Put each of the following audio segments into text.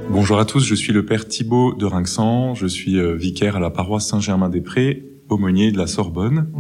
Bonjour à tous, je suis le père Thibaut de Rinxan, je suis vicaire à la paroisse Saint-Germain-des-Prés, aumônier de la Sorbonne.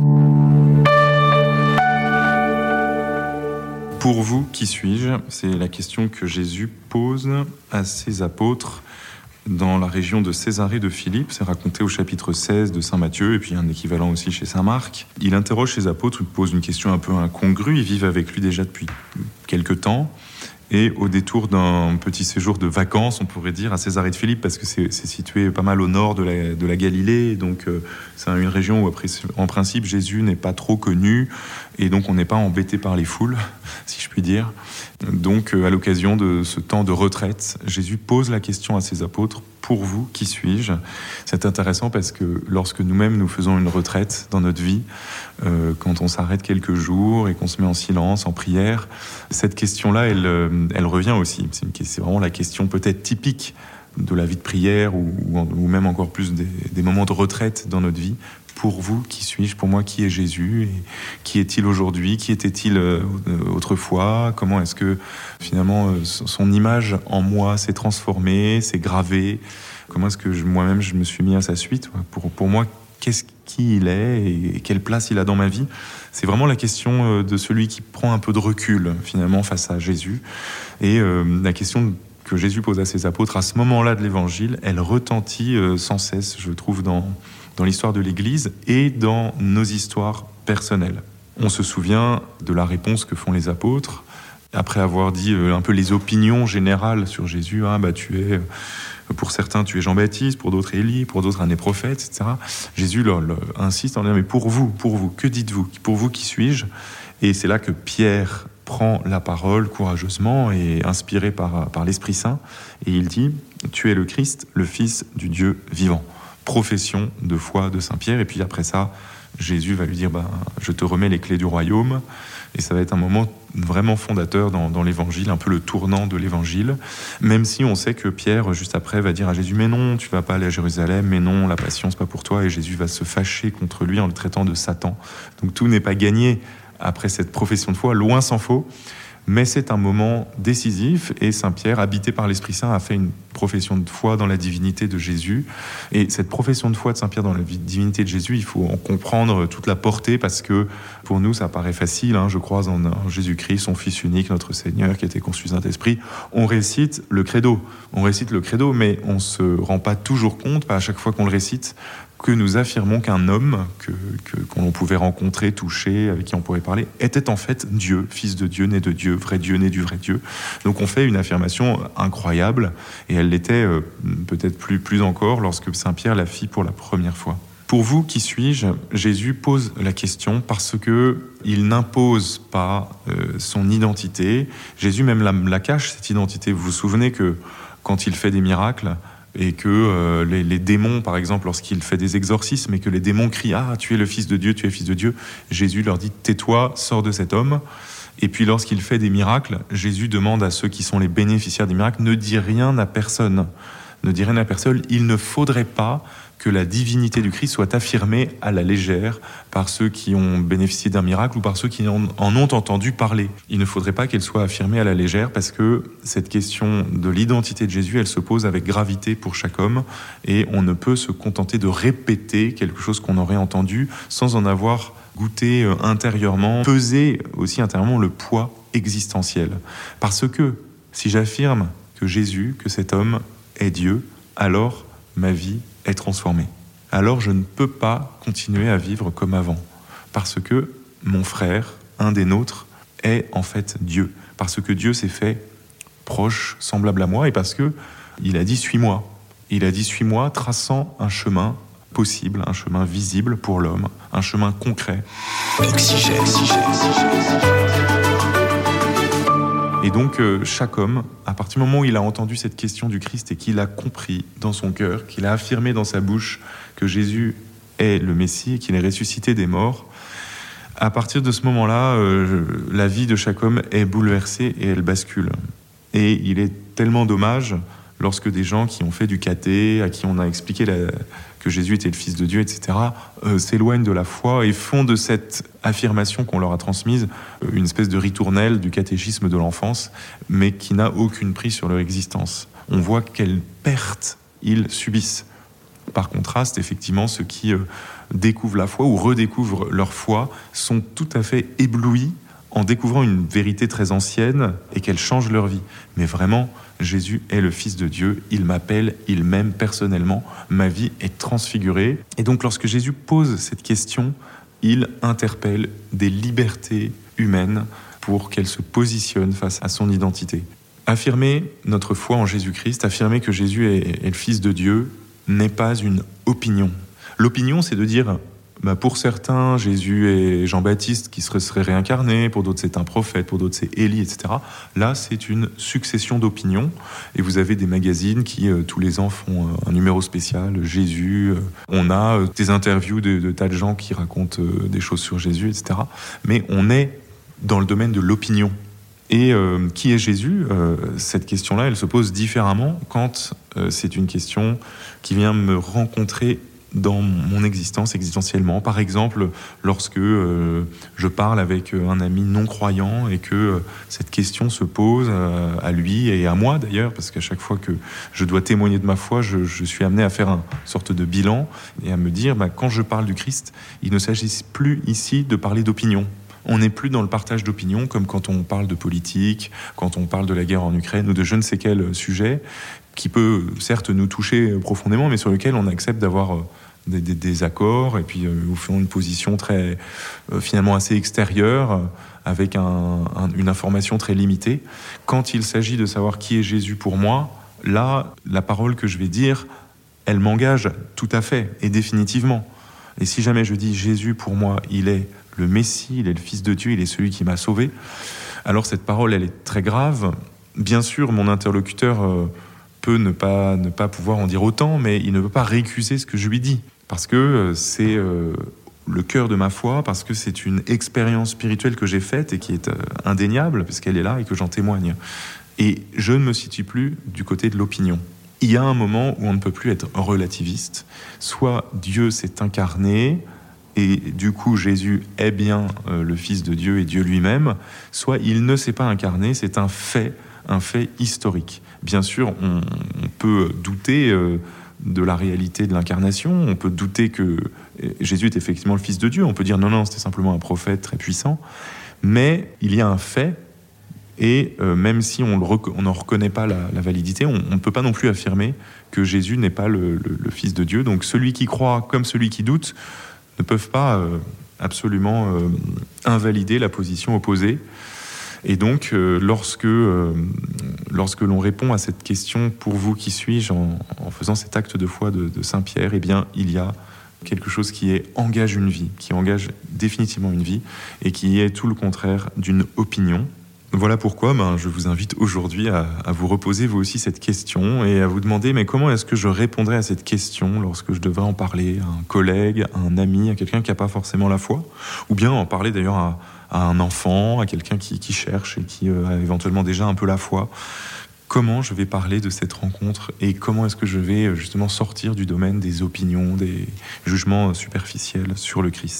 Pour vous, qui suis-je ? C'est la question que Jésus pose à ses apôtres dans la région de Césarée de Philippe. C'est raconté au chapitre 16 de Saint Matthieu, et puis un équivalent aussi chez Saint Marc. Il interroge ses apôtres, il pose une question un peu incongrue, ils vivent avec lui déjà depuis quelque temps. Et au détour d'un petit séjour de vacances, on pourrait dire, à Césarée de Philippe, parce que c'est situé pas mal au nord de la Galilée, donc c'est une région où, en principe, Jésus n'est pas trop connu, et donc on n'est pas embêté par les foules, si je puis dire. Donc, à l'occasion de ce temps de retraite, Jésus pose la question à ses apôtres, « Pour vous, qui suis-je » C'est intéressant parce que lorsque nous-mêmes nous faisons une retraite dans notre vie, quand on s'arrête quelques jours et qu'on se met en silence, en prière, cette question-là, elle revient aussi. C'est vraiment la question peut-être typique de la vie de prière ou même encore plus des moments de retraite dans notre vie. Pour vous, qui suis-je ? Pour moi, qui est Jésus ? Et qui est-il aujourd'hui ? Qui était-il autrefois ? Comment est-ce que, finalement, son image en moi s'est transformée, s'est gravée ? Comment est-ce que moi-même, je me suis mis à sa suite ? Pour moi, qui il est et quelle place il a dans ma vie ? C'est vraiment la question de celui qui prend un peu de recul, finalement, face à Jésus. Et la question que Jésus pose à ses apôtres, à ce moment-là de l'Évangile, elle retentit sans cesse, je trouve, dans l'histoire de l'Église et dans nos histoires personnelles. On se souvient de la réponse que font les apôtres, après avoir dit un peu les opinions générales sur Jésus. Pour certains, tu es Jean-Baptiste, pour d'autres Élie, pour d'autres un des prophètes, etc. Jésus leur insiste en disant, mais pour vous, que dites-vous ? Pour vous, qui suis-je ? Et c'est là que Pierre prend la parole courageusement et inspiré par l'Esprit Saint, et il dit, tu es le Christ, le Fils du Dieu vivant. Profession de foi de Saint-Pierre, et puis après ça, Jésus va lui dire, je te remets les clés du royaume, et ça va être un moment vraiment fondateur dans l'Évangile, un peu le tournant de l'Évangile, même si on sait que Pierre, juste après, va dire à Jésus, mais non, tu vas pas aller à Jérusalem, mais non, la passion, c'est pas pour toi, et Jésus va se fâcher contre lui en le traitant de Satan. Donc tout n'est pas gagné après cette profession de foi, loin s'en faut, mais c'est un moment décisif, et Saint-Pierre, habité par l'Esprit Saint, a fait une profession de foi dans la divinité de Jésus. Et cette profession de foi de Saint-Pierre dans la divinité de Jésus, il faut en comprendre toute la portée, parce que pour nous, ça paraît facile. Je crois en Jésus-Christ, son Fils unique, notre Seigneur, qui a été conçu Saint-Esprit. On récite le credo, mais on ne se rend pas toujours compte, pas à chaque fois qu'on le récite, que nous affirmons qu'un homme qu'on pouvait rencontrer, toucher, avec qui on pourrait parler, était en fait Dieu, Fils de Dieu, né de Dieu, vrai Dieu, né du vrai Dieu. Donc on fait une affirmation incroyable, et elle l'était peut-être plus encore lorsque Saint-Pierre la fit pour la première fois. Pour vous, qui suis-je ? Jésus pose la question parce qu'il n'impose pas son identité. Jésus même la cache, cette identité. Vous vous souvenez que quand il fait des miracles, et que les démons, par exemple, lorsqu'il fait des exorcismes, et que les démons crient « Ah, tu es le Fils de Dieu, tu es le Fils de Dieu », Jésus leur dit « Tais-toi, sors de cet homme ». Et puis lorsqu'il fait des miracles, Jésus demande à ceux qui sont les bénéficiaires des miracles « Ne dis rien à personne ». Ne dis rien à personne, il ne faudrait pas que la divinité du Christ soit affirmée à la légère par ceux qui ont bénéficié d'un miracle ou par ceux qui en ont entendu parler. Il ne faudrait pas qu'elle soit affirmée à la légère, parce que cette question de l'identité de Jésus, elle se pose avec gravité pour chaque homme, et on ne peut se contenter de répéter quelque chose qu'on aurait entendu sans en avoir goûté intérieurement, peser aussi intérieurement le poids existentiel. Parce que si j'affirme que Jésus, que cet homme est Dieu, alors ma vie est transformée. Alors je ne peux pas continuer à vivre comme avant, parce que mon frère, un des nôtres, est en fait Dieu, parce que Dieu s'est fait proche, semblable à moi, et parce que il a dit « suis-moi ». Il a dit « suis-moi », traçant un chemin possible, un chemin visible pour l'homme, un chemin concret. Oxygène. Et donc, chaque homme, à partir du moment où il a entendu cette question du Christ et qu'il a compris dans son cœur, qu'il a affirmé dans sa bouche que Jésus est le Messie et qu'il est ressuscité des morts, à partir de ce moment-là, la vie de chaque homme est bouleversée et elle bascule. Et il est tellement dommage lorsque des gens qui ont fait du caté, à qui on a expliqué que Jésus était le Fils de Dieu, etc., s'éloignent de la foi et font de cette affirmation qu'on leur a transmise une espèce de ritournelle du catéchisme de l'enfance, mais qui n'a aucune prise sur leur existence. On voit quelle perte ils subissent. Par contraste, effectivement, ceux qui découvrent la foi ou redécouvrent leur foi sont tout à fait éblouis en découvrant une vérité très ancienne et qu'elle change leur vie. Mais vraiment, Jésus est le Fils de Dieu, il m'appelle, il m'aime personnellement, ma vie est transfigurée. Et donc lorsque Jésus pose cette question, il interpelle des libertés humaines pour qu'elles se positionnent face à son identité. Affirmer notre foi en Jésus-Christ, affirmer que Jésus est le Fils de Dieu, n'est pas une opinion. L'opinion, c'est de dire, pour certains, Jésus est Jean-Baptiste qui serait réincarné, pour d'autres c'est un prophète, pour d'autres c'est Élie, etc. Là, c'est une succession d'opinions, et vous avez des magazines qui, tous les ans, font un numéro spécial, Jésus. On a des interviews de tas de gens qui racontent des choses sur Jésus, etc. Mais on est dans le domaine de l'opinion. Et qui est Jésus ? Cette question-là, elle se pose différemment quand c'est une question qui vient me rencontrer dans mon existence, existentiellement. Par exemple, lorsque je parle avec un ami non-croyant et que cette question se pose à lui et à moi d'ailleurs, parce qu'à chaque fois que je dois témoigner de ma foi, je suis amené à faire une sorte de bilan et à me dire, quand je parle du Christ, il ne s'agit plus ici de parler d'opinion. On n'est plus dans le partage d'opinions comme quand on parle de politique, quand on parle de la guerre en Ukraine ou de je ne sais quel sujet qui peut certes nous toucher profondément, mais sur lequel on accepte d'avoir des accords et puis au fond une position très finalement assez extérieure avec une information très limitée. Quand il s'agit de savoir qui est Jésus pour moi, là, la parole que je vais dire, elle m'engage tout à fait et définitivement. Et si jamais je dis Jésus pour moi, il est le Messie, il est le Fils de Dieu, il est celui qui m'a sauvé, alors cette parole, elle est très grave. Bien sûr, mon interlocuteur peut ne pas pouvoir en dire autant, mais il ne peut pas récuser ce que je lui dis, parce que c'est le cœur de ma foi, parce que c'est une expérience spirituelle que j'ai faite et qui est indéniable, puisqu'elle est là et que j'en témoigne. Et je ne me situe plus du côté de l'opinion. Il y a un moment où on ne peut plus être relativiste. Soit Dieu s'est incarné, et du coup Jésus est bien le Fils de Dieu et Dieu lui-même, soit il ne s'est pas incarné, c'est un fait historique. Bien sûr, on peut douter de la réalité de l'incarnation, on peut douter que Jésus est effectivement le Fils de Dieu, on peut dire non, c'était simplement un prophète très puissant, mais il y a un fait, et même si on n'en reconnaît pas la validité, on ne peut pas non plus affirmer que Jésus n'est pas le Fils de Dieu. Donc celui qui croit comme celui qui doute ne peuvent pas absolument invalider la position opposée. Et donc, lorsque l'on répond à cette question, pour vous, qui suis-je, en faisant cet acte de foi de Saint Pierre, eh bien, il y a quelque chose qui engage une vie, qui engage définitivement une vie, et qui est tout le contraire d'une opinion. Voilà pourquoi je vous invite aujourd'hui à vous reposer vous aussi cette question et à vous demander mais comment est-ce que je répondrais à cette question lorsque je devrais en parler à un collègue, à un ami, à quelqu'un qui n'a pas forcément la foi, ou bien en parler d'ailleurs à un enfant, à quelqu'un qui cherche et qui a éventuellement déjà un peu la foi. Comment je vais parler de cette rencontre et comment est-ce que je vais justement sortir du domaine des opinions, des jugements superficiels sur le Christ ?